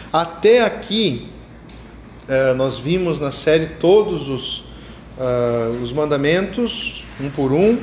Até aqui, nós vimos na série todos os mandamentos, um por um.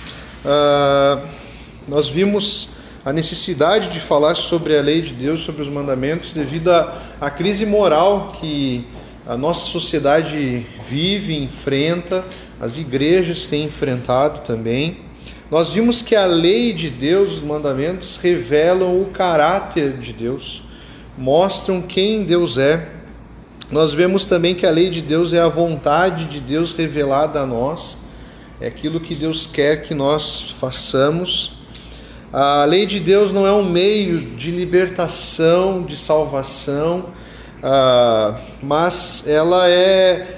Nós vimos a necessidade de falar sobre a lei de Deus, sobre os mandamentos, devido à crise moral que a nossa sociedade vive, enfrenta, as igrejas têm enfrentado também. Nós vimos que a lei de Deus, os mandamentos, revelam o caráter de Deus, mostram quem Deus é. Nós vemos também que a lei de Deus é a vontade de Deus revelada a nós, é aquilo que Deus quer que nós façamos. A lei de Deus não é um meio de libertação, de salvação, mas ela é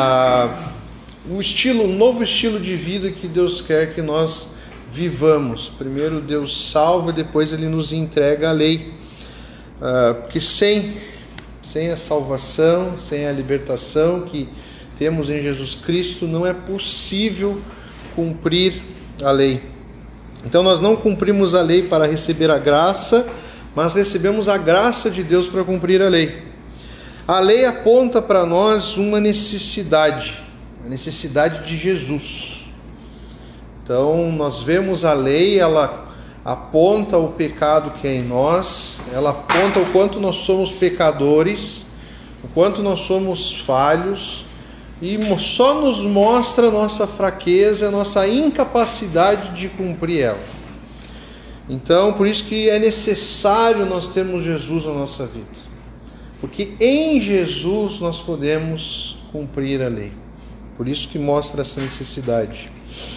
um novo estilo de vida que Deus quer que nós vivamos. Primeiro Deus salva e depois Ele nos entrega a lei. Porque sem a salvação, sem a libertação que temos em Jesus Cristo, não é possível cumprir a lei. Então nós não cumprimos a lei para receber a graça, mas recebemos a graça de Deus para cumprir a lei. A lei aponta para nós uma necessidade, a necessidade de Jesus. Então nós vemos a lei, ela aponta o pecado que é em nós, ela aponta o quanto nós somos pecadores, o quanto nós somos falhos, e só nos mostra a nossa fraqueza, a nossa incapacidade de cumprir ela. Então, por isso que é necessário nós termos Jesus na nossa vida, porque em Jesus nós podemos cumprir a lei. Por isso que mostra essa necessidade.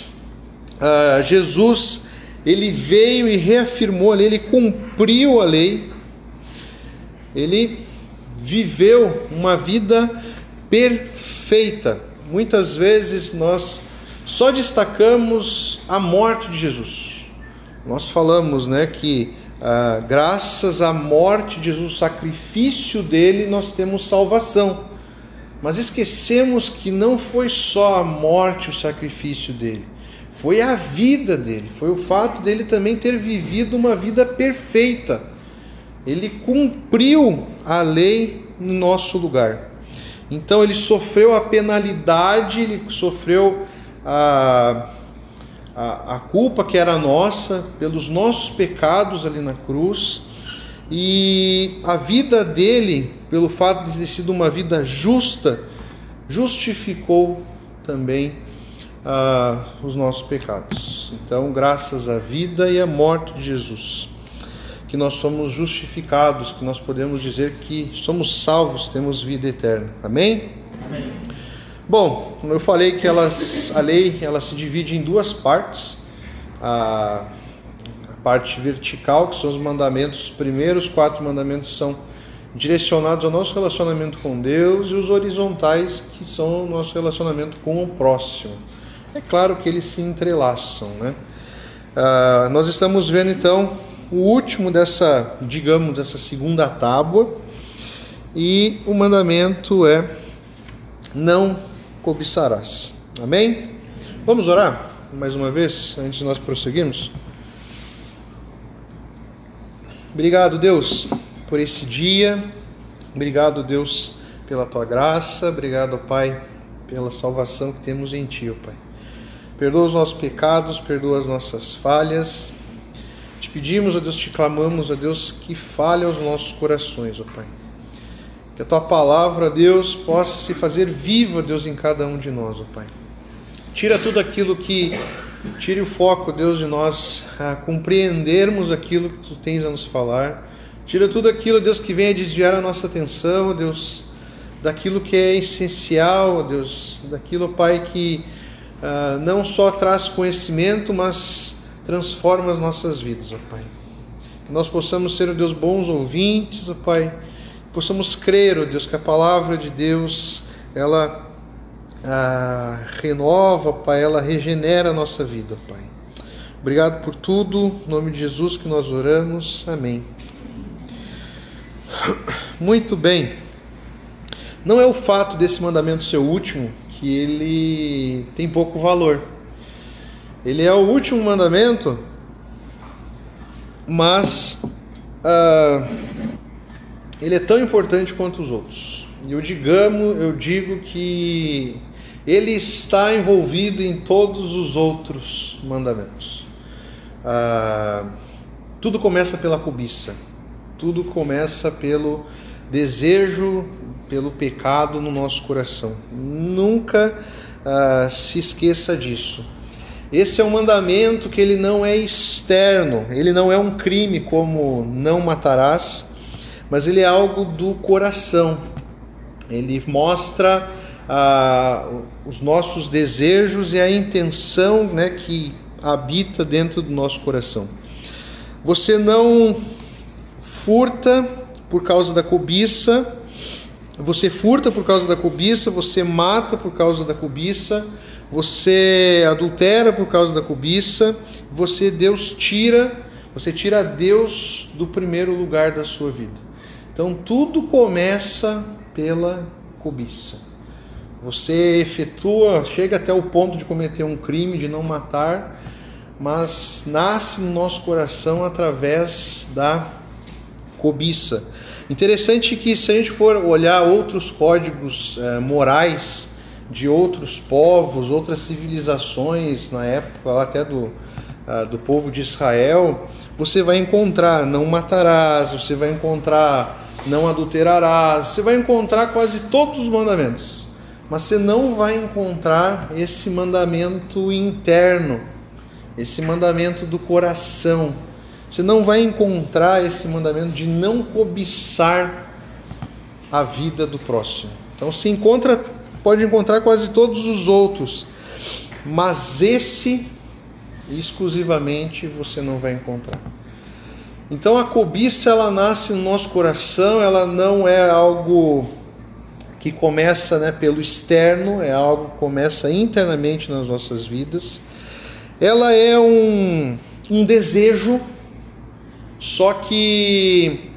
Jesus, Ele veio e reafirmou a lei, Ele cumpriu a lei, Ele viveu uma vida perfeita. Muitas vezes nós só destacamos a morte de Jesus. Nós falamos, que graças à morte de Jesus, o sacrifício dele, nós temos salvação. Mas esquecemos que não foi só a morte o sacrifício dele, foi a vida dele, foi o fato dele também ter vivido uma vida perfeita. Ele cumpriu a lei no nosso lugar. Então ele sofreu a penalidade, ele sofreu a culpa que era nossa, pelos nossos pecados ali na cruz. E a vida dele, pelo fato de ter sido uma vida justa, justificou também os nossos pecados. Então, graças à vida e à morte de Jesus, que nós somos justificados, que nós podemos dizer que somos salvos, temos vida eterna. Amém? Amém. Bom, como eu falei que a lei ela se divide em duas partes. A parte vertical, que são os mandamentos, os primeiros 4 mandamentos são direcionados ao nosso relacionamento com Deus, e os horizontais, que são o nosso relacionamento com o próximo. É claro que eles se entrelaçam, nós estamos vendo então o último dessa segunda tábua, e o mandamento é: não cobiçarás. Amém? Vamos orar mais uma vez, antes de nós prosseguirmos? Obrigado, Deus, por esse dia. Obrigado, Deus, pela Tua graça. Obrigado, Pai, pela salvação que temos em Ti, Pai. Perdoa os nossos pecados, perdoa as nossas falhas. Te pedimos, ó Deus, te clamamos, ó Deus, que fale aos nossos corações, ó Pai. Que a Tua palavra, ó Deus, possa se fazer viva, Deus, em cada um de nós, ó Pai. Tira tudo aquilo tire o foco, Deus, de nós compreendermos aquilo que Tu tens a nos falar. Tira tudo aquilo, Deus, que venha desviar a nossa atenção, Deus, daquilo que é essencial, Deus, daquilo, Pai, que não só traz conhecimento, mas transforma as nossas vidas, ó Pai. Que nós possamos ser, ó Deus, bons ouvintes, ó Pai. Possamos crer, ó Deus, que a palavra de Deus, ela renova, Pai, ela regenera a nossa vida, Pai. Obrigado por tudo, em nome de Jesus que nós oramos, amém. Muito bem. Não é o fato desse mandamento ser o último que ele tem pouco valor. Ele é o último mandamento, mas ele é tão importante quanto os outros. E eu digo que ele está envolvido em todos os outros mandamentos. Tudo começa pela cobiça. Tudo começa pelo desejo, pelo pecado no nosso coração. Nunca se esqueça disso. Esse é um mandamento que ele não é externo, ele não é um crime como não matarás, mas ele é algo do coração. Ele mostra os nossos desejos e a intenção, né, que habita dentro do nosso coração. Você não furta por causa da cobiça, você furta por causa da cobiça, você mata por causa da cobiça, você adultera por causa da cobiça, você tira Deus do primeiro lugar da sua vida. Então tudo começa pela cobiça. Você chega até o ponto de cometer um crime, de não matar, mas nasce no nosso coração através da cobiça. Interessante que, se a gente for olhar outros códigos morais de outros povos, outras civilizações, na época lá até do povo de Israel, você vai encontrar não matarás, você vai encontrar não adulterarás, você vai encontrar quase todos os mandamentos, mas você não vai encontrar esse mandamento interno, esse mandamento do coração. Você não vai encontrar esse mandamento de não cobiçar a vida do próximo. Então se pode encontrar quase todos os outros, mas esse exclusivamente você não vai encontrar. Então a cobiça, ela nasce no nosso coração, ela não é algo que começa, né, pelo externo, é algo que começa internamente nas nossas vidas. Ela é um desejo, só que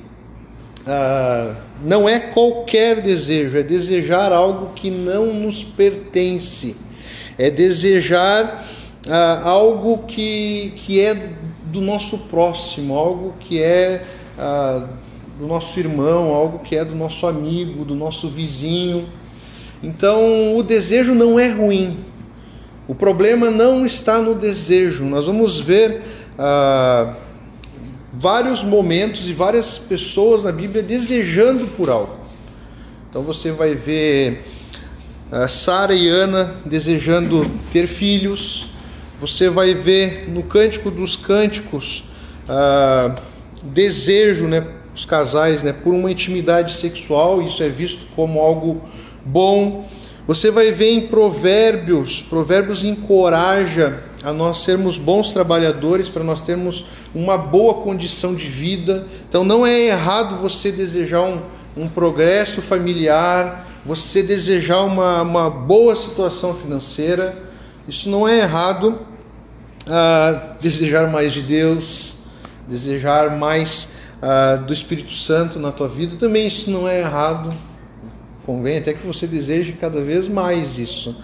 não é qualquer desejo, é desejar algo que não nos pertence, é desejar algo que é do nosso próximo, algo que é do nosso irmão, algo que é do nosso amigo, do nosso vizinho. Então o desejo não é ruim, o problema não está no desejo. Nós vamos ver vários momentos e várias pessoas na Bíblia desejando por algo. Então você vai ver Sara e Ana desejando ter filhos. Você vai ver no Cântico dos Cânticos desejo, né, os casais, né, por uma intimidade sexual. Isso é visto como algo bom. Você vai ver em Provérbios encoraja a nós sermos bons trabalhadores, para nós termos uma boa condição de vida. Então não é errado você desejar um progresso familiar, você desejar uma boa situação financeira. Isso não é errado. Desejar mais de Deus, desejar mais do Espírito Santo na tua vida, também isso não é errado. Convém até que você deseje cada vez mais isso.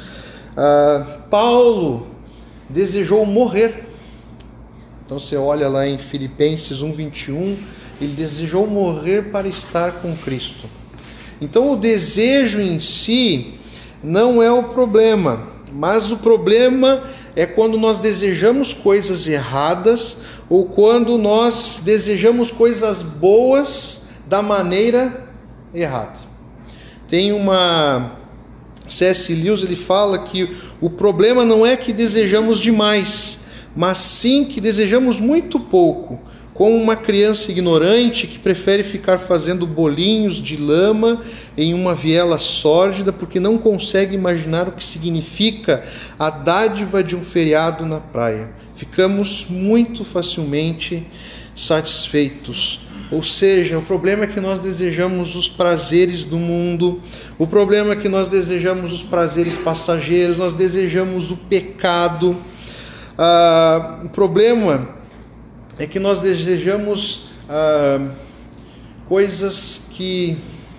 Paulo desejou morrer. Então você olha lá em Filipenses 1:21, ele desejou morrer para estar com Cristo. Então o desejo em si não é o problema, mas o problema é quando nós desejamos coisas erradas ou quando nós desejamos coisas boas da maneira errada. Tem C.S. Lewis, ele fala que o problema não é que desejamos demais, mas sim que desejamos muito pouco, como uma criança ignorante que prefere ficar fazendo bolinhos de lama em uma viela sórdida porque não consegue imaginar o que significa a dádiva de um feriado na praia. Ficamos muito facilmente satisfeitos. Ou seja, o problema é que nós desejamos os prazeres do mundo, o problema é que nós desejamos os prazeres passageiros, nós desejamos o pecado. O problema é que nós desejamos coisas que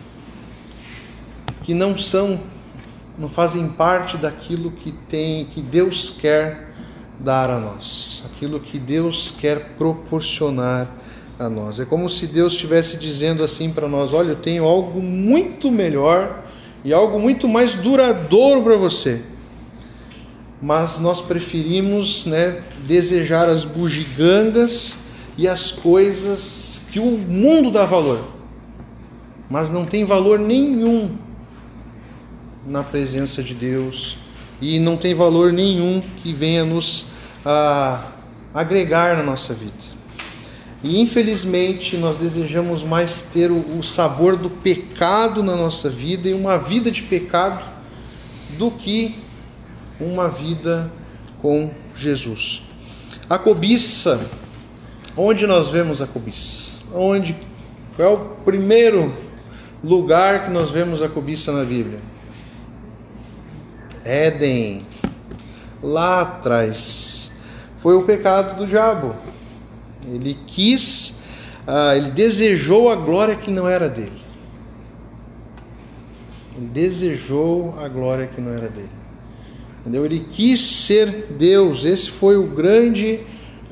não fazem parte daquilo que Deus quer dar a nós, aquilo que Deus quer proporcionar a nós. É como se Deus estivesse dizendo assim para nós: olha, eu tenho algo muito melhor e algo muito mais duradouro para você. Mas nós preferimos, desejar as bugigangas e as coisas que o mundo dá valor, mas não tem valor nenhum na presença de Deus, e não tem valor nenhum que venha nos agregar na nossa vida. E infelizmente nós desejamos mais ter o sabor do pecado na nossa vida e uma vida de pecado do que uma vida com Jesus. A cobiça, onde nós vemos a cobiça? Qual é o primeiro lugar que nós vemos a cobiça na Bíblia? Éden. Lá atrás foi o pecado do diabo. Ele ele desejou a glória que não era dele. Ele desejou a glória que não era dele. Entendeu? Ele quis ser Deus. Esse foi o grande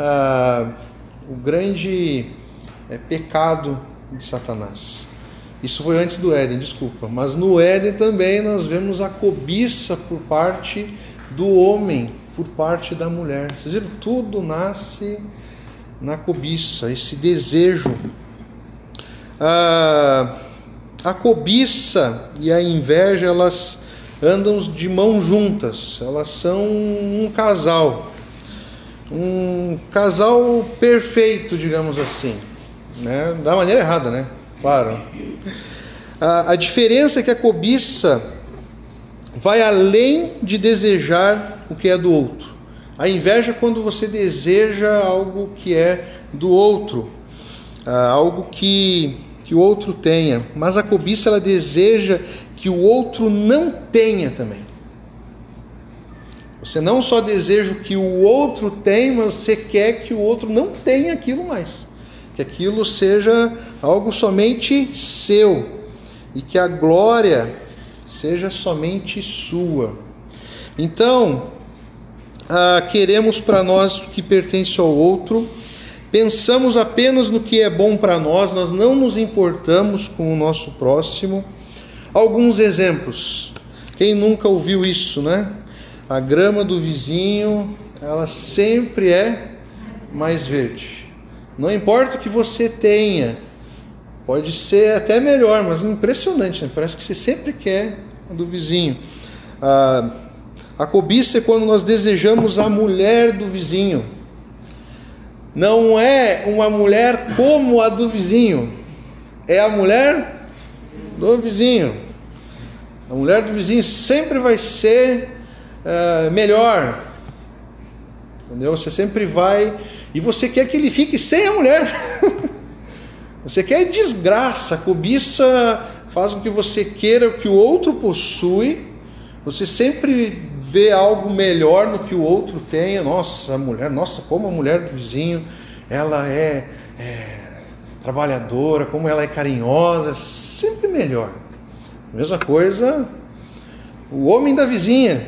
pecado de Satanás. Isso foi antes do Éden, desculpa. Mas no Éden também nós vemos a cobiça por parte do homem, por parte da mulher. Vocês viram? Tudo nasce na cobiça, esse desejo. A cobiça e a inveja, elas andam de mãos juntas. Elas são um casal perfeito, digamos assim, da maneira errada, claro. A diferença é que a cobiça vai além de desejar o que é do outro. A inveja é quando você deseja algo que é do outro, algo que o outro tenha. Mas a cobiça, ela deseja que o outro não tenha também. Você não só deseja o que o outro tem, mas você quer que o outro não tenha aquilo mais. Que aquilo seja algo somente seu. E que a glória seja somente sua. Então, queremos para nós o que pertence ao outro. Pensamos apenas no que é bom para nós. Nós não nos importamos com o nosso próximo. Alguns exemplos. Quem nunca ouviu isso, A grama do vizinho, ela sempre é mais verde. Não importa o que você tenha, pode ser até melhor, mas impressionante, Parece que você sempre quer a do vizinho. A cobiça é quando nós desejamos a mulher do vizinho. Não é uma mulher como a do vizinho, é a mulher do vizinho. A mulher do vizinho sempre vai ser melhor, entendeu? Você sempre vai, e você quer que ele fique sem a mulher. Você quer desgraça. A cobiça faz com que você queira o que o outro possui. Você sempre vê algo melhor no que o outro tenha. Nossa, a mulher, como a mulher do vizinho, ela é trabalhadora, como ela é carinhosa, sempre melhor. Mesma coisa o homem da vizinha,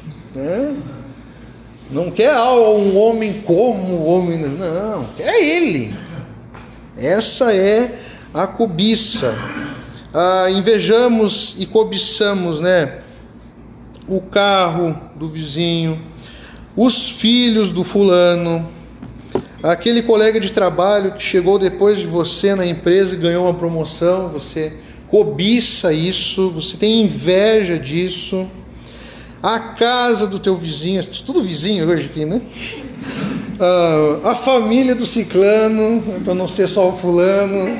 Não quer um homem como o homem, não, é ele. Essa é a cobiça. Invejamos e cobiçamos, o carro do vizinho, os filhos do fulano, aquele colega de trabalho que chegou depois de você na empresa e ganhou uma promoção. Você cobiça isso, você tem inveja disso. A casa do teu vizinho, tudo vizinho hoje aqui, a família do ciclano, para não ser só o fulano.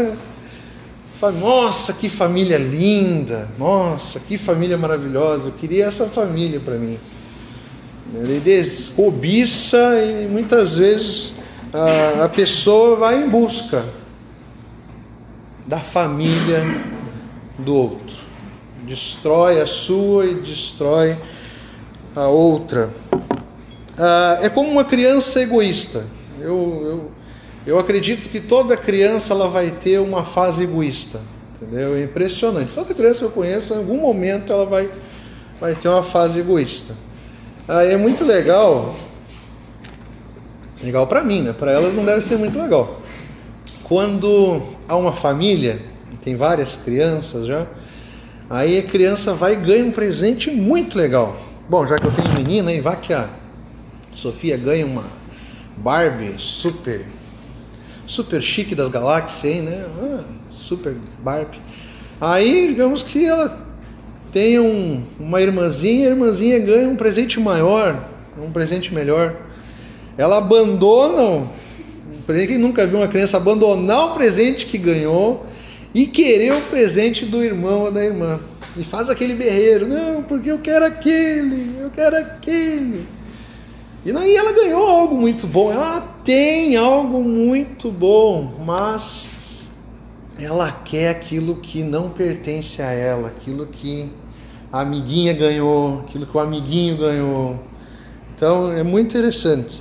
Nossa, que família linda! Nossa, que família maravilhosa! Eu queria essa família para mim. Ele cobiça e muitas vezes a pessoa vai em busca da família do outro. Destrói a sua e destrói a outra. É como uma criança egoísta. Eu acredito que toda criança ela vai ter uma fase egoísta, entendeu? É impressionante. Toda criança que eu conheço, em algum momento ela vai ter uma fase egoísta. É muito legal para mim, para elas não deve ser muito legal. quando há uma família, tem várias crianças já, aí a criança vai e ganha um presente muito legal. Bom, já que eu tenho menina, aí vai que a Sofia ganha uma Barbie super chique das galáxias, hein, né? Super Barbie. Aí, digamos que ela tem uma irmãzinha, a irmãzinha ganha um presente maior, um presente melhor. Ela abandona, quem nunca viu uma criança abandonar o presente que ganhou e querer o presente do irmão ou da irmã. E faz aquele berreiro, não, porque eu quero aquele. E aí ela ganhou algo muito bom, ela tem algo muito bom, mas ela quer aquilo que não pertence a ela, aquilo que a amiguinha ganhou, aquilo que o amiguinho ganhou. Então é muito interessante.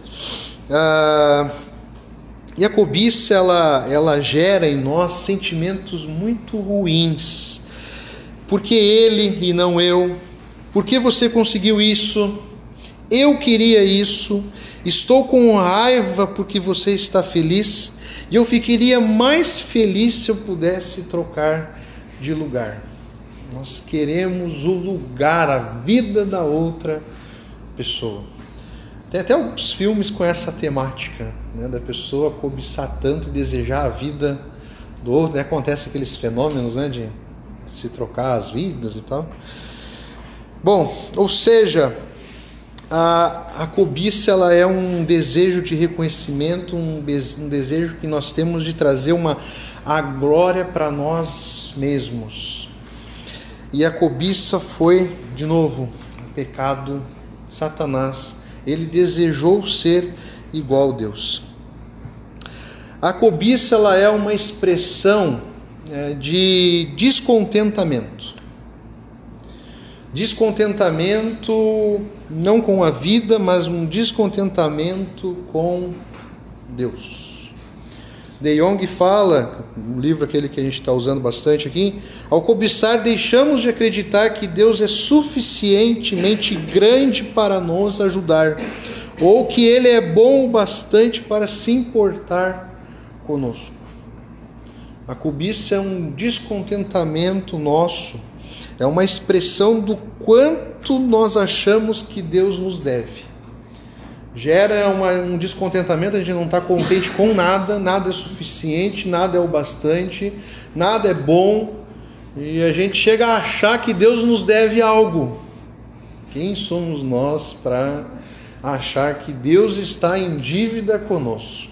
E a cobiça, ela gera em nós sentimentos muito ruins. Por que ele e não eu? Por que você conseguiu isso? Eu queria isso, estou com raiva porque você está feliz, e eu ficaria mais feliz se eu pudesse trocar de lugar. Nós queremos o lugar, a vida da outra pessoa. Tem até alguns filmes com essa temática, né, da pessoa cobiçar tanto e desejar a vida do outro, né? Acontece aqueles fenômenos, né, de se trocar as vidas e tal. Bom, ou seja, a cobiça, ela é um desejo de reconhecimento, um desejo que nós temos de trazer a glória para nós mesmos. E a cobiça foi, de novo, um pecado de Satanás. Ele desejou ser igual a Deus. A cobiça, ela é uma expressão de descontentamento. Descontentamento não com a vida, mas um descontentamento com Deus. De Jong fala, um livro aquele que a gente está usando bastante aqui, ao cobiçar deixamos de acreditar que Deus é suficientemente grande para nos ajudar, ou que Ele é bom o bastante para se importar conosco. A cobiça é um descontentamento nosso, é uma expressão do quanto nós achamos que Deus nos deve. Gera um descontentamento, a gente não está contente com nada, nada é suficiente, nada é o bastante, nada é bom, e a gente chega a achar que Deus nos deve algo. Quem somos nós para achar que Deus está em dívida conosco?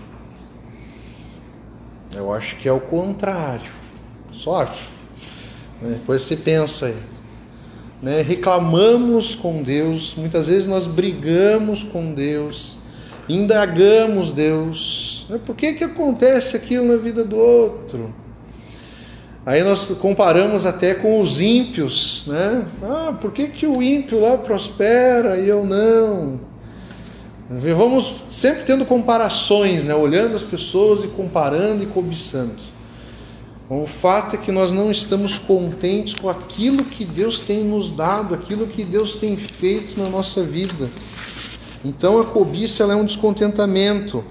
Eu acho que é o contrário, só acho. Depois você pensa aí, né? Reclamamos com Deus, muitas vezes nós brigamos com Deus, indagamos Deus, por que acontece aquilo na vida do outro? Aí nós comparamos até com os ímpios, né? Por que o ímpio lá prospera e eu não? Vamos sempre tendo comparações, né? Olhando as pessoas e comparando e cobiçando. O fato é que nós não estamos contentes com aquilo que Deus tem nos dado, aquilo que Deus tem feito na nossa vida. Então a cobiça, ela é um descontentamento.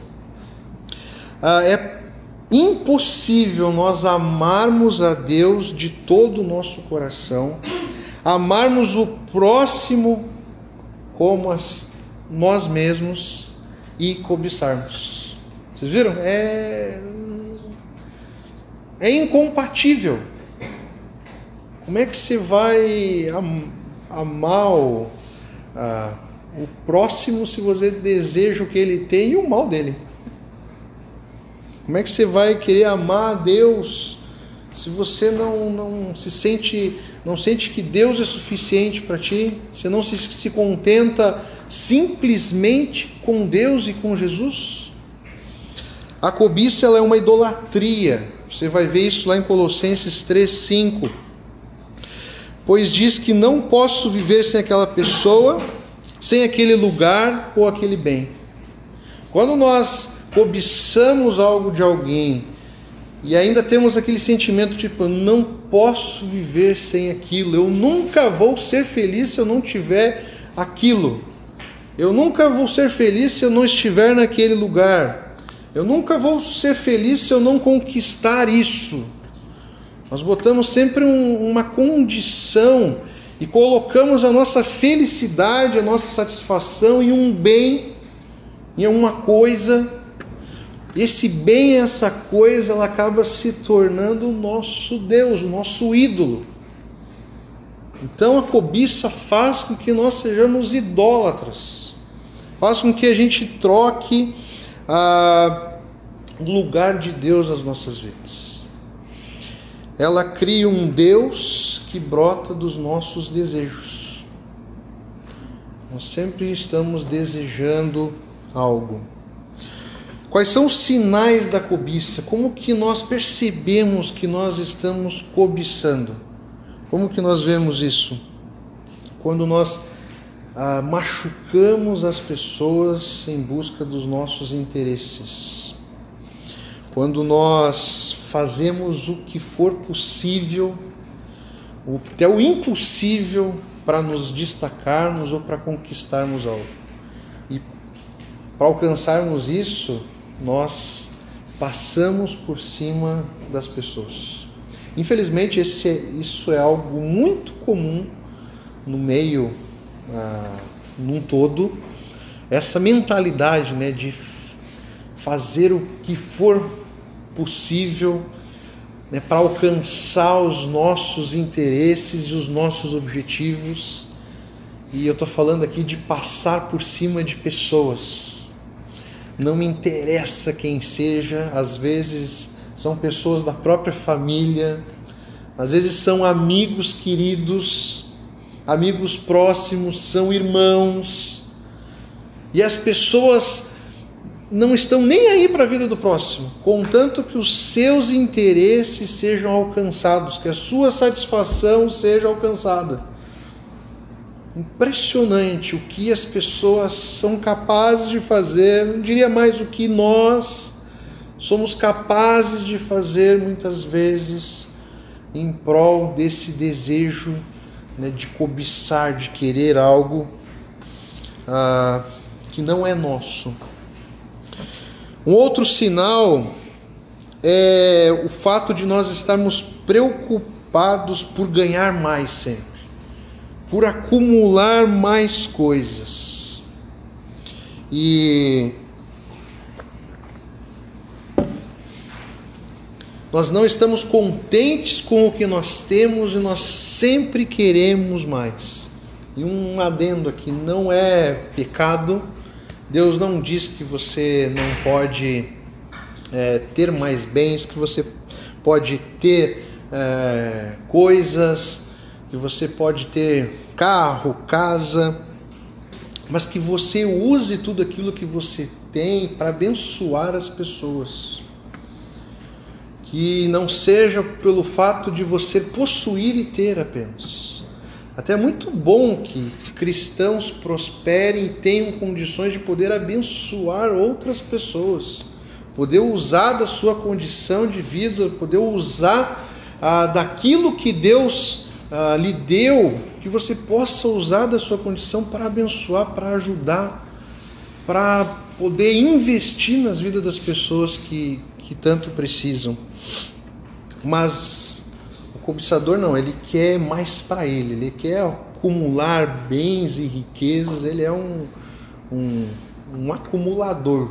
É impossível nós amarmos a Deus de todo o nosso coração, amarmos o próximo como nós mesmos e cobiçarmos. Vocês viram? É incompatível. Como é que você vai amar o próximo se você deseja o que ele tem e o mal dele? Como é que você vai querer amar a Deus se você não sente que Deus é suficiente para ti? Você não se contenta simplesmente com Deus e com Jesus? A cobiça, ela é uma idolatria. Você vai ver isso lá em Colossenses 3:5. Pois diz que não posso viver sem aquela pessoa, sem aquele lugar ou aquele bem. Quando nós cobiçamos algo de alguém e ainda temos aquele sentimento tipo, eu não posso viver sem aquilo, eu nunca vou ser feliz se eu não tiver aquilo, eu nunca vou ser feliz se eu não estiver naquele lugar. Eu nunca vou ser feliz se eu não conquistar isso. Nós botamos sempre uma condição e colocamos a nossa felicidade, a nossa satisfação em um bem, em uma coisa. Esse bem, essa coisa, ela acaba se tornando o nosso Deus, o nosso ídolo. Então a cobiça faz com que nós sejamos idólatras. Faz com que a gente troque o lugar de Deus nas nossas vidas. Ela cria um Deus que brota dos nossos desejos. Nós sempre estamos desejando algo. Quais são os sinais da cobiça? Como que nós percebemos que nós estamos cobiçando? Como que nós vemos isso? Quando nós machucamos as pessoas em busca dos nossos interesses. Quando nós fazemos o que for possível, até o impossível, para nos destacarmos ou para conquistarmos algo. E para alcançarmos isso, nós passamos por cima das pessoas. Infelizmente, isso é algo muito comum no meio, num todo, essa mentalidade, né, de fazer o que for possível, né, para alcançar os nossos interesses e os nossos objetivos. E eu estou falando aqui de passar por cima de pessoas. Não me interessa quem seja, às vezes são pessoas da própria família, às vezes são amigos queridos, amigos próximos, são irmãos, e as pessoas não estão nem aí para a vida do próximo, contanto que os seus interesses sejam alcançados, que a sua satisfação seja alcançada. Impressionante o que as pessoas são capazes de fazer, não diria mais o que nós somos capazes de fazer muitas vezes em prol desse desejo, né, de cobiçar, de querer algo que não é nosso. Um outro sinal é o fato de nós estarmos preocupados por ganhar mais sempre, por acumular mais coisas. E nós não estamos contentes com o que nós temos e nós sempre queremos mais. E um adendo aqui, não é pecado. Deus não diz que você não pode ter mais bens, que você pode ter coisas, que você pode ter carro, casa, mas que você use tudo aquilo que você tem para abençoar as pessoas. Que não seja pelo fato de você possuir e ter apenas. Até é muito bom que cristãos prosperem e tenham condições de poder abençoar outras pessoas, poder usar da sua condição de vida, poder usar daquilo que Deus lhe deu, que você possa usar da sua condição para abençoar, para ajudar, para poder investir nas vidas das pessoas que tanto precisam. Mas o cobiçador não, ele quer mais para ele quer acumular bens e riquezas, ele é um acumulador.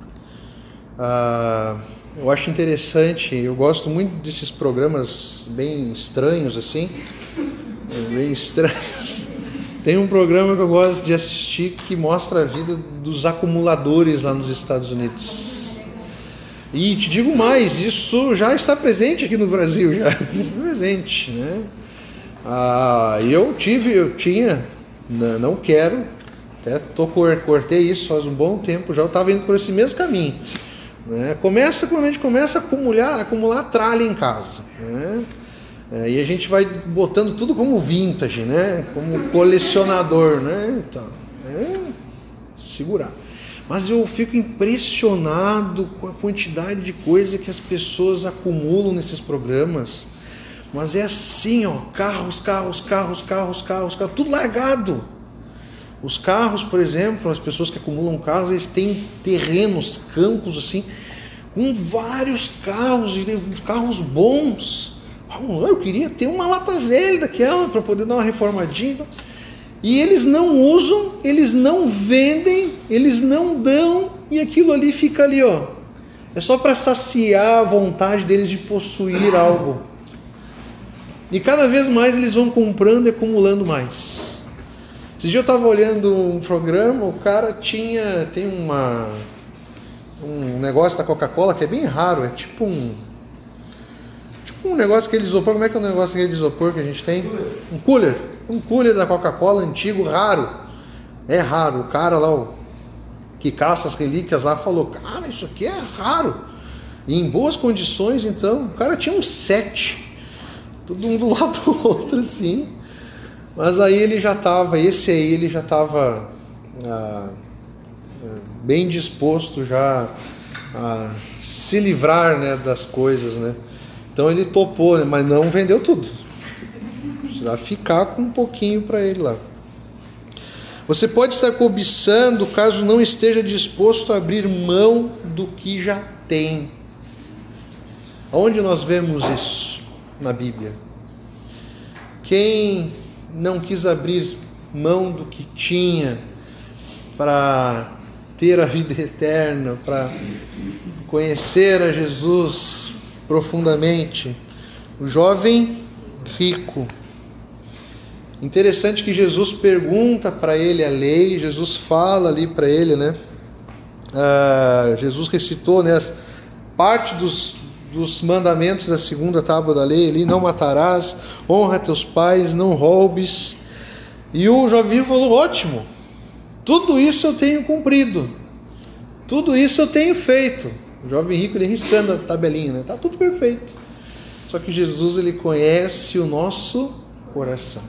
Eu acho interessante, eu gosto muito desses programas bem estranhos assim, bem estranhos. Tem um programa que eu gosto de assistir que mostra a vida dos acumuladores lá nos Estados Unidos. E te digo mais, isso já está presente aqui no Brasil, já está presente, né? Eu tinha, não quero, até cortei isso faz um bom tempo, já eu estava indo por esse mesmo caminho, né? Quando a gente começa a acumular tralha em casa, né? E a gente vai botando tudo como vintage, né? Como colecionador, né? Então, segurar. Mas eu fico impressionado com a quantidade de coisa que as pessoas acumulam nesses programas. Mas é assim, ó, carros, tudo largado. Os carros, por exemplo, as pessoas que acumulam carros, eles têm terrenos, campos assim, com vários carros, carros bons. Eu queria ter uma lata velha daquela para poder dar uma reformadinha. E eles não usam, eles não vendem, eles não dão, e aquilo ali fica ali, ó. É só para saciar a vontade deles de possuir algo. E cada vez mais eles vão comprando e acumulando mais. Esse dia eu estava olhando um programa, o cara tem um negócio da Coca-Cola que é bem raro, é tipo um negócio aquele de isopor. Como é que é o negócio aquele de isopor que a gente tem? Um cooler da Coca-Cola antigo, raro. É raro. O cara lá, que caça as relíquias lá, falou, cara, isso aqui é raro. E em boas condições, então, o cara tinha uns 7. Todo um do lado do outro, assim. Mas aí ele já estava bem disposto já a se livrar, né, das coisas, né? Então ele topou, né, mas não vendeu tudo. Precisa ficar com um pouquinho para ele lá. Você pode estar cobiçando caso não esteja disposto a abrir mão do que já tem. Aonde nós vemos isso na Bíblia? Quem não quis abrir mão do que tinha para ter a vida eterna, para conhecer a Jesus profundamente? O jovem rico. Interessante que Jesus pergunta para ele a lei, Jesus fala ali para ele, né? Jesus recitou, né, parte dos mandamentos da segunda tábua da lei ali: não matarás, honra teus pais, não roubes. E o jovem falou: ótimo, tudo isso eu tenho cumprido, tudo isso eu tenho feito. O jovem rico, ele riscando a tabelinha, né? Tá tudo perfeito. Só que Jesus, ele conhece o nosso coração.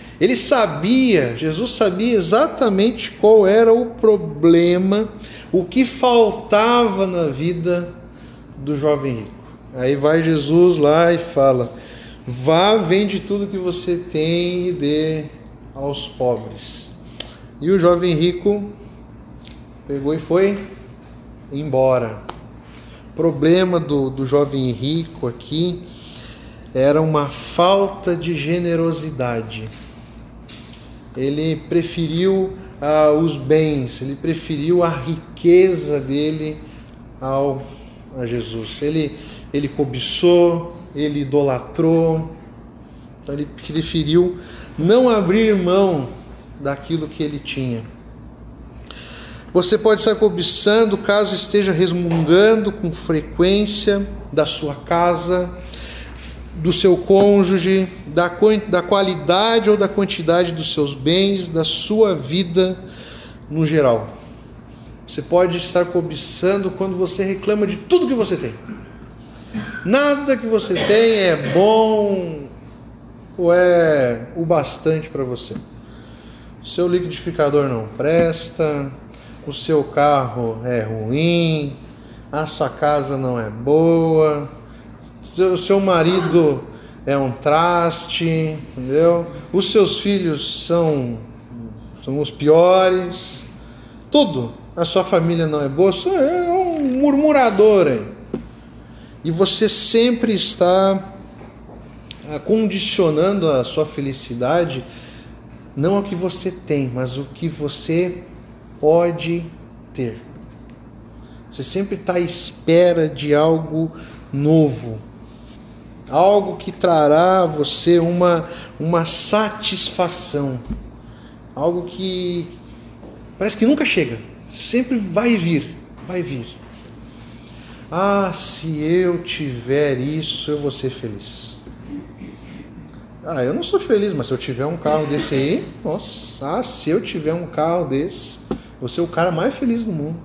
Jesus sabia exatamente qual era o problema, o que faltava na vida do jovem rico. Aí vai Jesus lá e fala: vá, vende tudo que você tem e dê aos pobres. E o jovem rico pegou e foi embora. O problema do jovem rico aqui era uma falta de generosidade. Ele preferiu os bens, ele preferiu a riqueza dele a Jesus. Ele cobiçou, ele idolatrou, então ele preferiu não abrir mão daquilo que ele tinha. Você pode estar cobiçando caso esteja resmungando com frequência da sua casa, do seu cônjuge, da qualidade ou da quantidade dos seus bens, da sua vida no geral. Você pode estar cobiçando quando você reclama de tudo que você tem. Nada que você tem é bom ou é o bastante para você. O seu liquidificador não presta, o seu carro é ruim, a sua casa não é boa, o seu marido é um traste, entendeu? Os seus filhos são os piores, tudo. A sua família não é boa, só é um murmurador aí. E você sempre está condicionando a sua felicidade não ao que você tem, mas o que você pode ter. Você sempre está à espera de algo novo, algo que trará a você uma satisfação, algo que parece que nunca chega, sempre vai vir, vai vir. Ah, se eu tiver isso, eu vou ser feliz. Ah, eu não sou feliz, mas se eu tiver um carro desse aí, nossa, se eu tiver um carro desse, vou ser o cara mais feliz do mundo.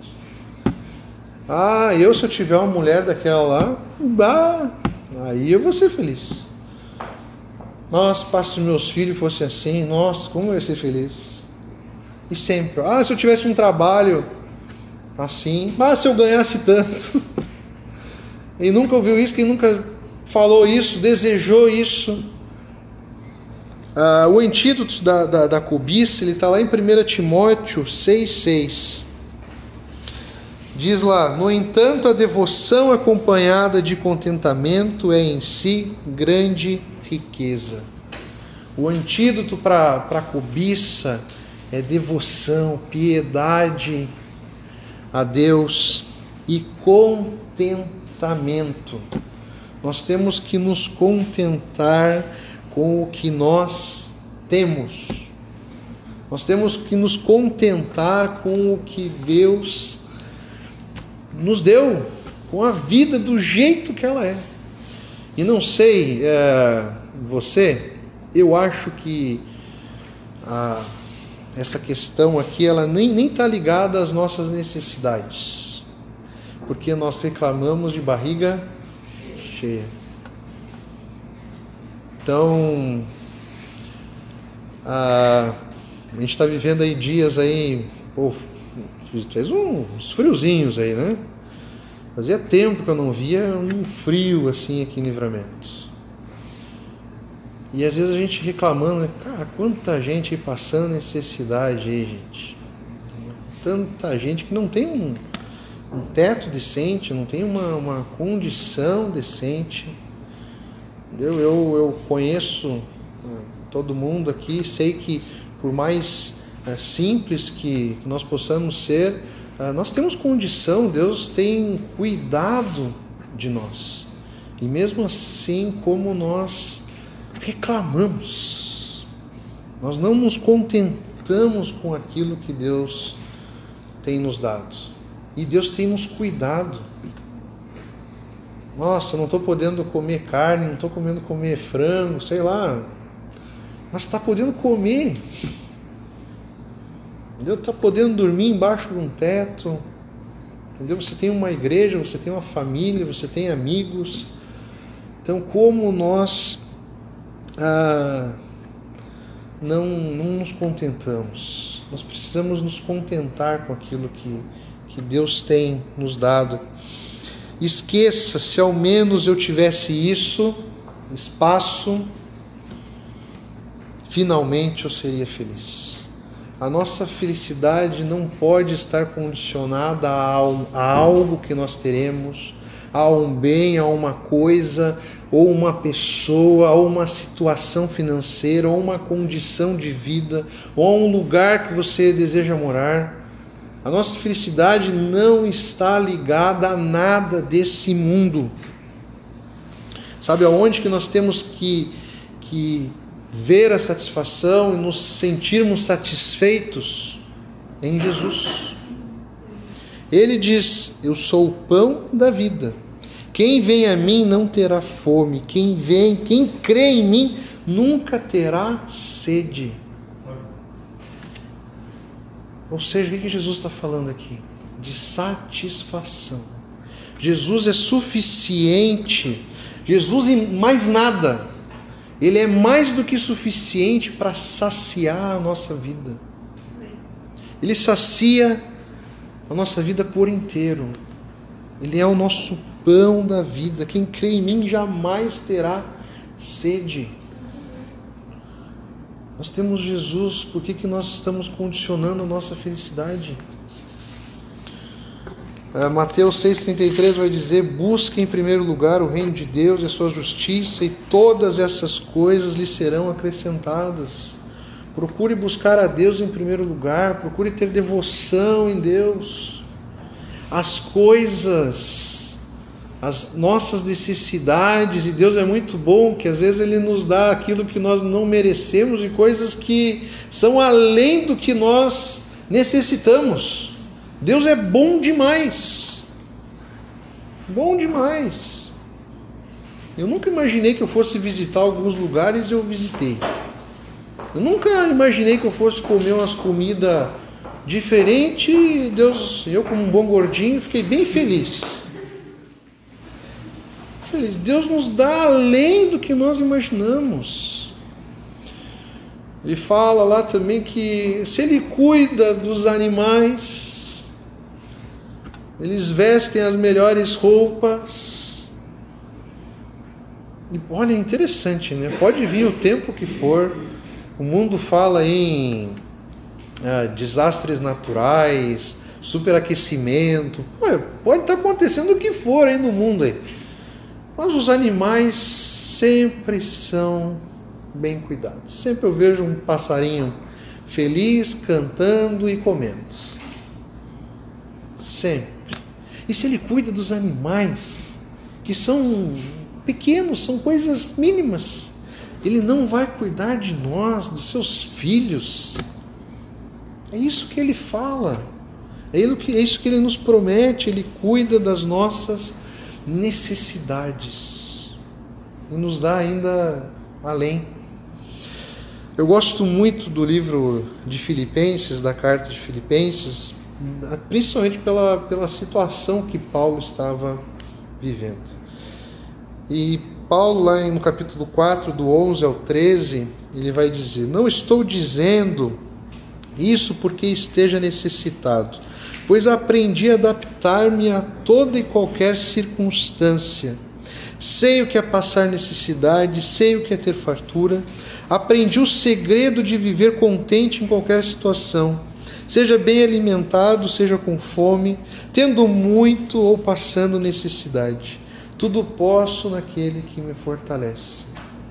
Ah, se eu tiver uma mulher daquela lá, aí eu vou ser feliz. Nossa, se meus filhos fossem assim, nossa, como eu ia ser feliz. E sempre, se eu tivesse um trabalho assim, se eu ganhasse tanto. E nunca ouviu isso, quem nunca falou isso, desejou isso. O antídoto da cobiça, ele está lá em 1 Timóteo 6,6. Diz lá: no entanto, a devoção acompanhada de contentamento é em si grande riqueza. O antídoto para a cobiça é devoção, piedade a Deus e contentamento. Nós temos que nos contentar com o que nós temos. Nós temos que nos contentar com o que Deus nos deu, com a vida do jeito que ela é. E não sei, eu acho que essa questão aqui, ela nem está ligada às nossas necessidades, porque nós reclamamos de barriga cheia. Então, a gente está vivendo aí dias aí, fez uns friozinhos aí, né? Fazia tempo que eu não via um frio assim aqui em Livramento. E às vezes a gente reclamando, né? Cara, quanta gente aí passando necessidade aí, gente. Tanta gente que não tem um teto decente, não tem uma condição decente. Eu conheço todo mundo aqui, sei que por mais simples que nós possamos ser, nós temos condição, Deus tem cuidado de nós. E mesmo assim, como nós reclamamos, nós não nos contentamos com aquilo que Deus tem nos dado. E Deus tem nos cuidado. Nossa, não estou podendo comer carne, não estou podendo comer frango, sei lá. Mas está podendo comer. Entendeu? Está podendo dormir embaixo de um teto. Entendeu? Você tem uma igreja, você tem uma família, você tem amigos. Então, como nós não nos contentamos? Nós precisamos nos contentar com aquilo que Deus tem nos dado. Esqueça, se ao menos eu tivesse isso, espaço, finalmente eu seria feliz. A nossa felicidade não pode estar condicionada a algo que nós teremos, a um bem, a uma coisa, ou uma pessoa, ou uma situação financeira, ou uma condição de vida, ou a um lugar que você deseja morar. A nossa felicidade não está ligada a nada desse mundo. Sabe aonde que nós temos que ver a satisfação e nos sentirmos satisfeitos? Em Jesus. Ele diz: eu sou o pão da vida. Quem vem a mim não terá fome. Quem crê em mim nunca terá sede. Ou seja, o que Jesus está falando aqui? De satisfação. Jesus é suficiente. Jesus e mais nada. Ele é mais do que suficiente para saciar a nossa vida. Ele sacia a nossa vida por inteiro. Ele é o nosso pão da vida. Quem crê em mim jamais terá sede. Nós temos Jesus, por que nós estamos condicionando a nossa felicidade? Mateus 6,33 vai dizer: busque em primeiro lugar o reino de Deus e a sua justiça, e todas essas coisas lhe serão acrescentadas. Procure buscar a Deus em primeiro lugar, procure ter devoção em Deus. As coisas, as nossas necessidades, e Deus é muito bom, que às vezes Ele nos dá aquilo que nós não merecemos e coisas que são além do que nós necessitamos. Deus é bom demais. Bom demais. Eu nunca imaginei que eu fosse visitar alguns lugares e eu visitei. Eu nunca imaginei que eu fosse comer umas comidas diferentes e eu como um bom gordinho, fiquei bem feliz. Deus nos dá além do que nós imaginamos. Ele fala lá também que se Ele cuida dos animais, eles vestem as melhores roupas. E olha, é interessante, né? Pode vir o tempo que for, O mundo fala em desastres naturais, superaquecimento. Pode estar acontecendo o que for aí no mundo aí. Mas os animais sempre são bem cuidados. Sempre eu vejo um passarinho feliz, cantando e comendo. Sempre. E se ele cuida dos animais, que são pequenos, são coisas mínimas, ele não vai cuidar de nós, dos seus filhos? É isso que ele fala. É isso que ele nos promete. Ele cuida das nossas necessidades e nos dá ainda além. Eu gosto muito do livro de Filipenses, da carta de Filipenses, principalmente pela situação que Paulo estava vivendo. E Paulo, lá no capítulo 4, do 11 ao 13, ele vai dizer: não estou dizendo isso porque esteja necessitado, pois aprendi a adaptar-me a toda e qualquer circunstância. Sei o que é passar necessidade, sei o que é ter fartura. Aprendi o segredo de viver contente em qualquer situação, seja bem alimentado, seja com fome, tendo muito ou passando necessidade. Tudo posso naquele que me fortalece.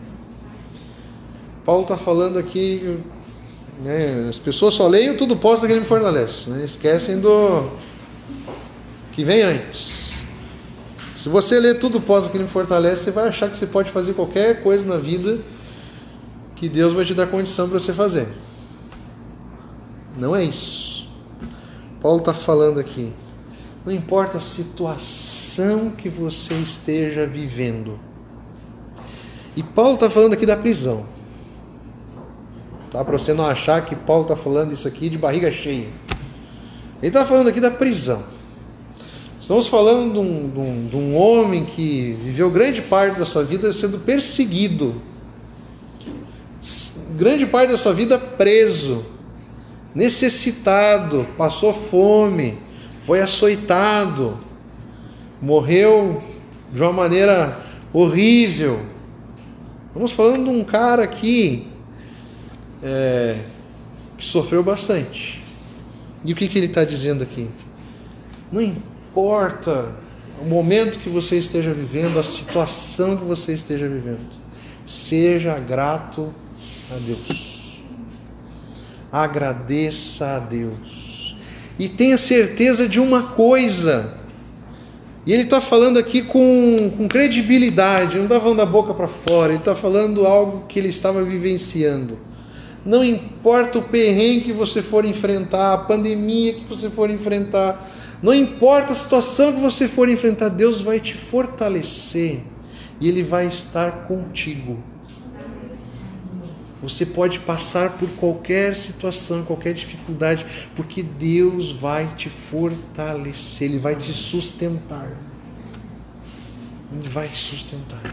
Paulo está falando aqui, né, as pessoas só leem o tudo posso naquele que me fortalece, né, esquecem do que vem antes. Se você ler tudo posso naquele que me fortalece, você vai achar que você pode fazer qualquer coisa na vida que Deus vai te dar condição para você fazer. Não é isso. Paulo está falando aqui. Não importa a situação que você esteja vivendo. E Paulo está falando aqui da prisão. Tá? Para você não achar que Paulo está falando isso aqui de barriga cheia. Ele está falando aqui da prisão. Estamos falando de um homem que viveu grande parte da sua vida sendo perseguido. Grande parte da sua vida preso, necessitado, passou fome, foi açoitado, morreu de uma maneira horrível. Estamos falando de um cara aqui que sofreu bastante. E o que ele está dizendo aqui? Não importa o momento que você esteja vivendo, a situação que você esteja vivendo, seja grato a Deus. Agradeça a Deus. E tenha certeza de uma coisa. E ele está falando aqui com credibilidade, não está falando da boca para fora, ele está falando algo que ele estava vivenciando. Não importa o perrengue que você for enfrentar, a pandemia que você for enfrentar, não importa a situação que você for enfrentar, Deus vai te fortalecer e Ele vai estar contigo. Você pode passar por qualquer situação, qualquer dificuldade, porque Deus vai te fortalecer, Ele vai te sustentar. Ele vai te sustentar.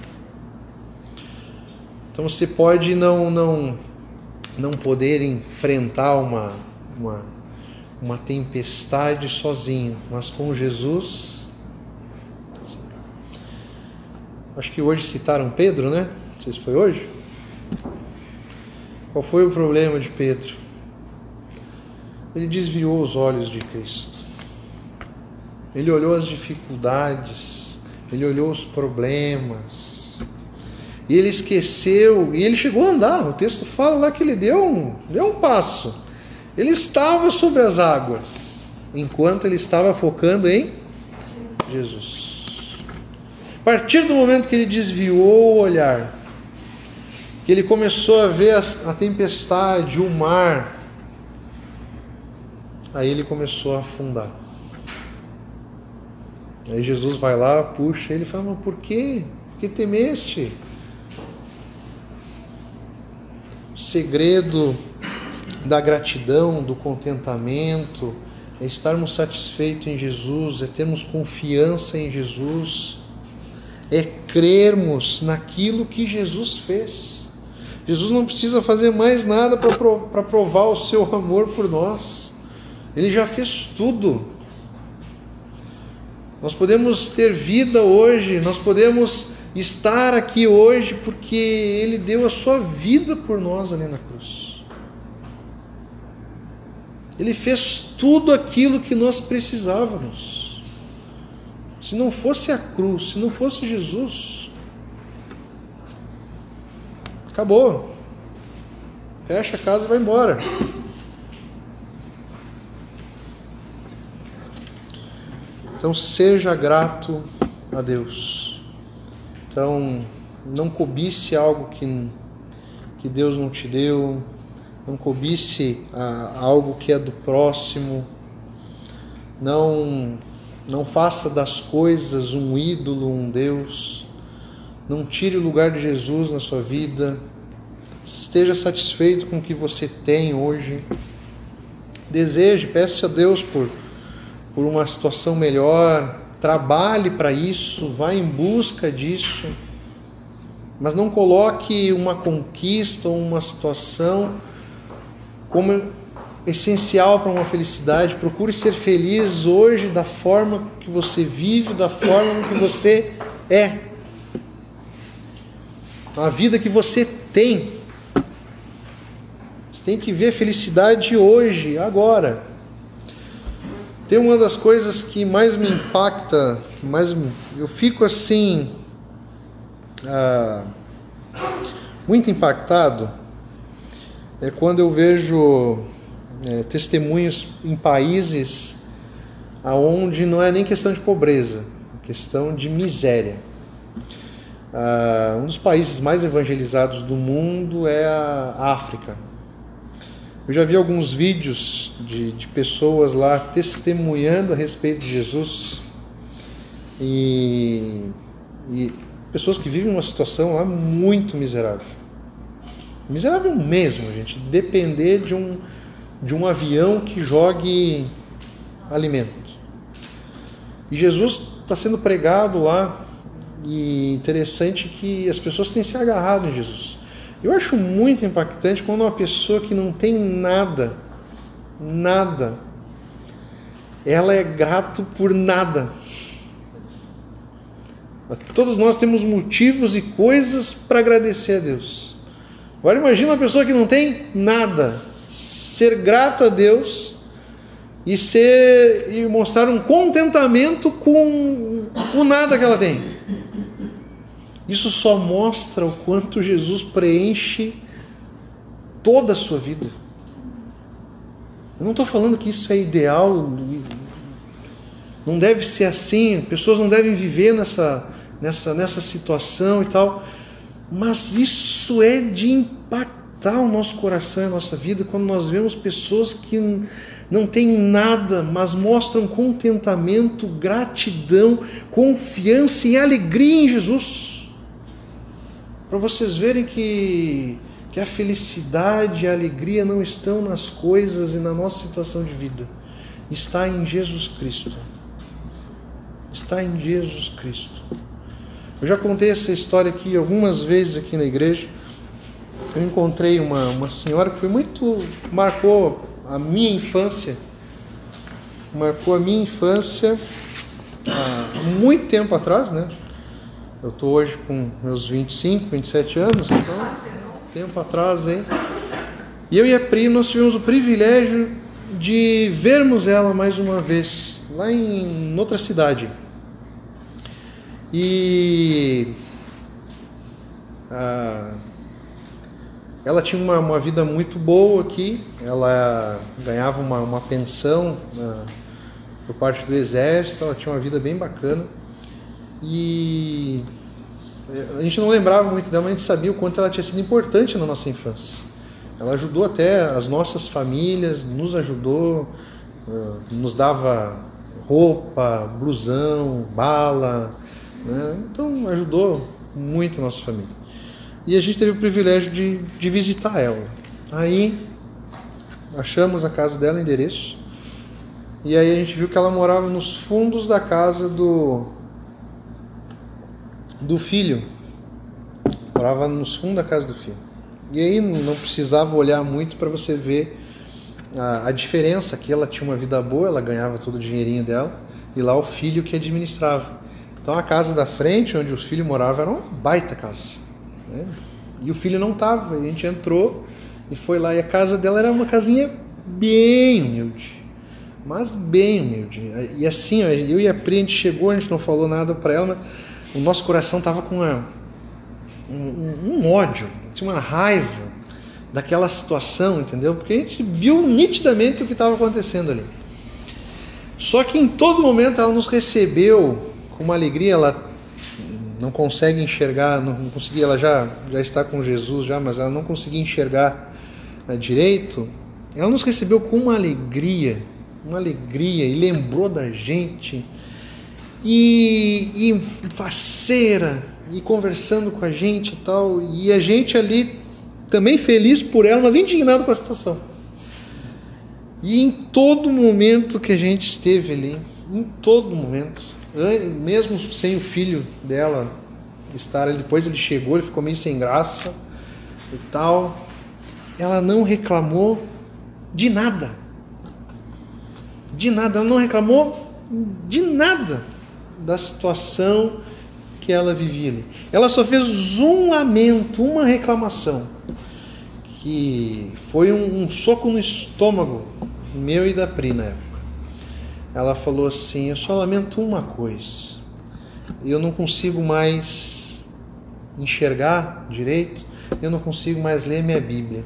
Então você pode não poder enfrentar uma tempestade sozinho, mas com Jesus. Sim. Acho que hoje citaram Pedro, né? Não sei se foi hoje. Qual foi o problema de Pedro? Ele desviou os olhos de Cristo. Ele olhou as dificuldades, ele olhou os problemas, e ele esqueceu, e ele chegou a andar. O texto fala lá que ele deu um passo. Ele estava sobre as águas, enquanto ele estava focando em Jesus. A partir do momento que ele desviou o olhar, que ele começou a ver a tempestade, o mar, aí ele começou a afundar. Aí Jesus vai lá, puxa ele e fala: mas por quê? Por que temeste? O segredo da gratidão, do contentamento, é estarmos satisfeitos em Jesus, é termos confiança em Jesus, é crermos naquilo que Jesus fez. Jesus não precisa fazer mais nada para provar o seu amor por nós. Ele já fez tudo. Nós podemos ter vida hoje, nós podemos estar aqui hoje porque Ele deu a sua vida por nós ali na cruz. Ele fez tudo aquilo que nós precisávamos. Se não fosse a cruz, se não fosse Jesus, acabou. Fecha a casa e vai embora. Então seja grato a Deus. Então não cobice algo que Deus não te deu. Não cobice algo que é do próximo. Não faça das coisas um ídolo, um Deus. Não tire o lugar de Jesus na sua vida. Esteja satisfeito com o que você tem hoje. Deseje, peça a Deus por uma situação melhor. Trabalhe para isso, vá em busca disso. Mas não coloque uma conquista ou uma situação como essencial para uma felicidade. Procure ser feliz hoje da forma que você vive, da forma que você é. A vida que você tem. Você tem que ver felicidade hoje, agora. Tem uma das coisas que mais me impacta, eu fico assim, muito impactado, é quando eu vejo testemunhos em países onde não é nem questão de pobreza, é questão de miséria. Um dos países mais evangelizados do mundo é a África. Eu já vi alguns vídeos de pessoas lá testemunhando a respeito de Jesus e pessoas que vivem uma situação lá muito miserável. Miserável mesmo, gente. Depender de um avião que jogue alimento. E Jesus está sendo pregado lá, e interessante que as pessoas têm se agarrado em Jesus. Eu acho muito impactante quando uma pessoa que não tem nada, ela é grato por nada. Todos nós temos motivos e coisas para agradecer a Deus. Agora imagina uma pessoa que não tem nada, ser grato a Deus e mostrar um contentamento com o nada que ela tem. Isso só mostra o quanto Jesus preenche toda a sua vida. Eu não estou falando que isso é ideal, não deve ser assim, pessoas não devem viver nessa situação e tal, mas isso é de impactar o nosso coração e a nossa vida quando nós vemos pessoas que não têm nada, mas mostram contentamento, gratidão, confiança e alegria em Jesus. Para vocês verem que a felicidade e a alegria não estão nas coisas e na nossa situação de vida. Está em Jesus Cristo. Está em Jesus Cristo. Eu já contei essa história aqui algumas vezes aqui na igreja. Eu encontrei uma senhora que marcou a minha infância. Marcou a minha infância há muito tempo atrás, né? Eu estou hoje com meus 25, 27 anos, então, tempo atrás, hein? E eu e a Pri, nós tivemos o privilégio de vermos ela mais uma vez, lá em outra cidade. E ela tinha uma vida muito boa aqui, ela ganhava uma pensão por parte do exército, ela tinha uma vida bem bacana. E a gente não lembrava muito dela, mas a gente sabia o quanto ela tinha sido importante na nossa infância. Ela ajudou até as nossas famílias, nos ajudou, nos dava roupa, blusão, bala, né? Então ajudou muito a nossa família. E a gente teve o privilégio de visitar ela. Aí achamos a casa dela, o endereço, e aí a gente viu que ela morava nos fundos da casa do filho. Morava nos fundos da casa do filho. E aí não precisava olhar muito para você ver a diferença, que ela tinha uma vida boa, ela ganhava todo o dinheirinho dela, e lá o filho que administrava. Então a casa da frente, onde os filhos moravam, era uma baita casa, né? E o filho não estava, a gente entrou e foi lá, e a casa dela era uma casinha bem humilde, mas bem humilde. E assim, eu e a Pri, a gente chegou, a gente não falou nada para ela, mas o nosso coração estava com um ódio, uma raiva daquela situação, entendeu? Porque a gente viu nitidamente o que estava acontecendo ali. Só que em todo momento ela nos recebeu com uma alegria. Ela não consegue enxergar, não conseguia, ela já está com Jesus já, mas ela não conseguia enxergar direito. Ela nos recebeu com uma alegria, e lembrou da gente, e faceira, e conversando com a gente e tal, e a gente ali também feliz por ela, mas indignado com a situação. E em todo momento que a gente esteve ali, em todo momento, mesmo sem o filho dela estar ali, depois ele chegou, ele ficou meio sem graça e tal, ela não reclamou de nada. Ela não reclamou de nada da situação que ela vivia ali. Ela só fez um lamento, uma reclamação, que foi um soco no estômago meu e da Pri na época. Ela falou assim: eu só lamento uma coisa, eu não consigo mais enxergar direito, eu não consigo mais ler minha Bíblia.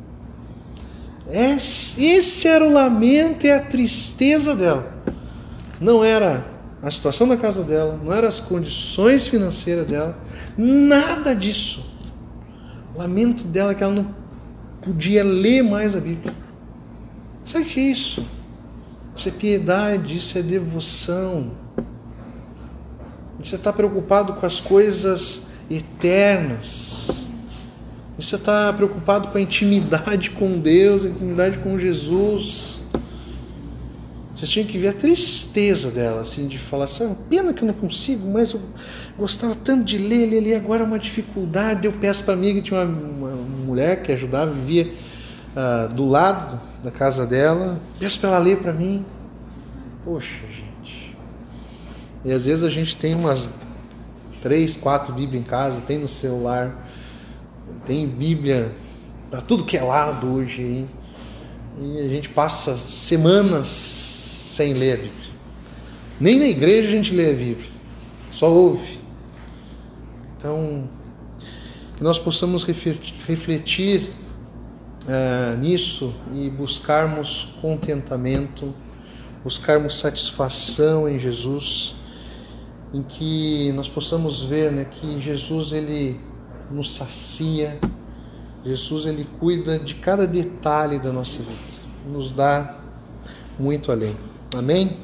Esse era o lamento e a tristeza dela. Não era a situação da casa dela, não eram as condições financeiras dela, nada disso. O lamento dela é que ela não podia ler mais a Bíblia. Sabe o que é isso? Isso é piedade, isso é devoção. Você está preocupado com as coisas eternas. Você está preocupado com a intimidade com Deus, a intimidade com Jesus. Vocês tinham que ver a tristeza dela, assim, de falar assim: pena que eu não consigo, mas eu gostava tanto de ler, agora é uma dificuldade. Eu peço para mim, que tinha uma mulher que ajudava, vivia do lado da casa dela, peço para ela ler para mim. Poxa, gente. E às vezes a gente tem umas 3, 4 Bíblias em casa, tem no celular, tem Bíblia para tudo que é lado hoje, hein? E a gente passa semanas sem ler a Bíblia. Nem na igreja a gente lê a Bíblia, só ouve. Então, que nós possamos refletir nisso e buscarmos contentamento, buscarmos satisfação em Jesus, em que nós possamos ver, né, que Jesus, ele nos sacia, Jesus, ele cuida de cada detalhe da nossa vida, nos dá muito além. Amém?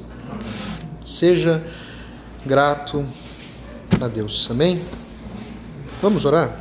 Seja grato a Deus. Amém? Vamos orar?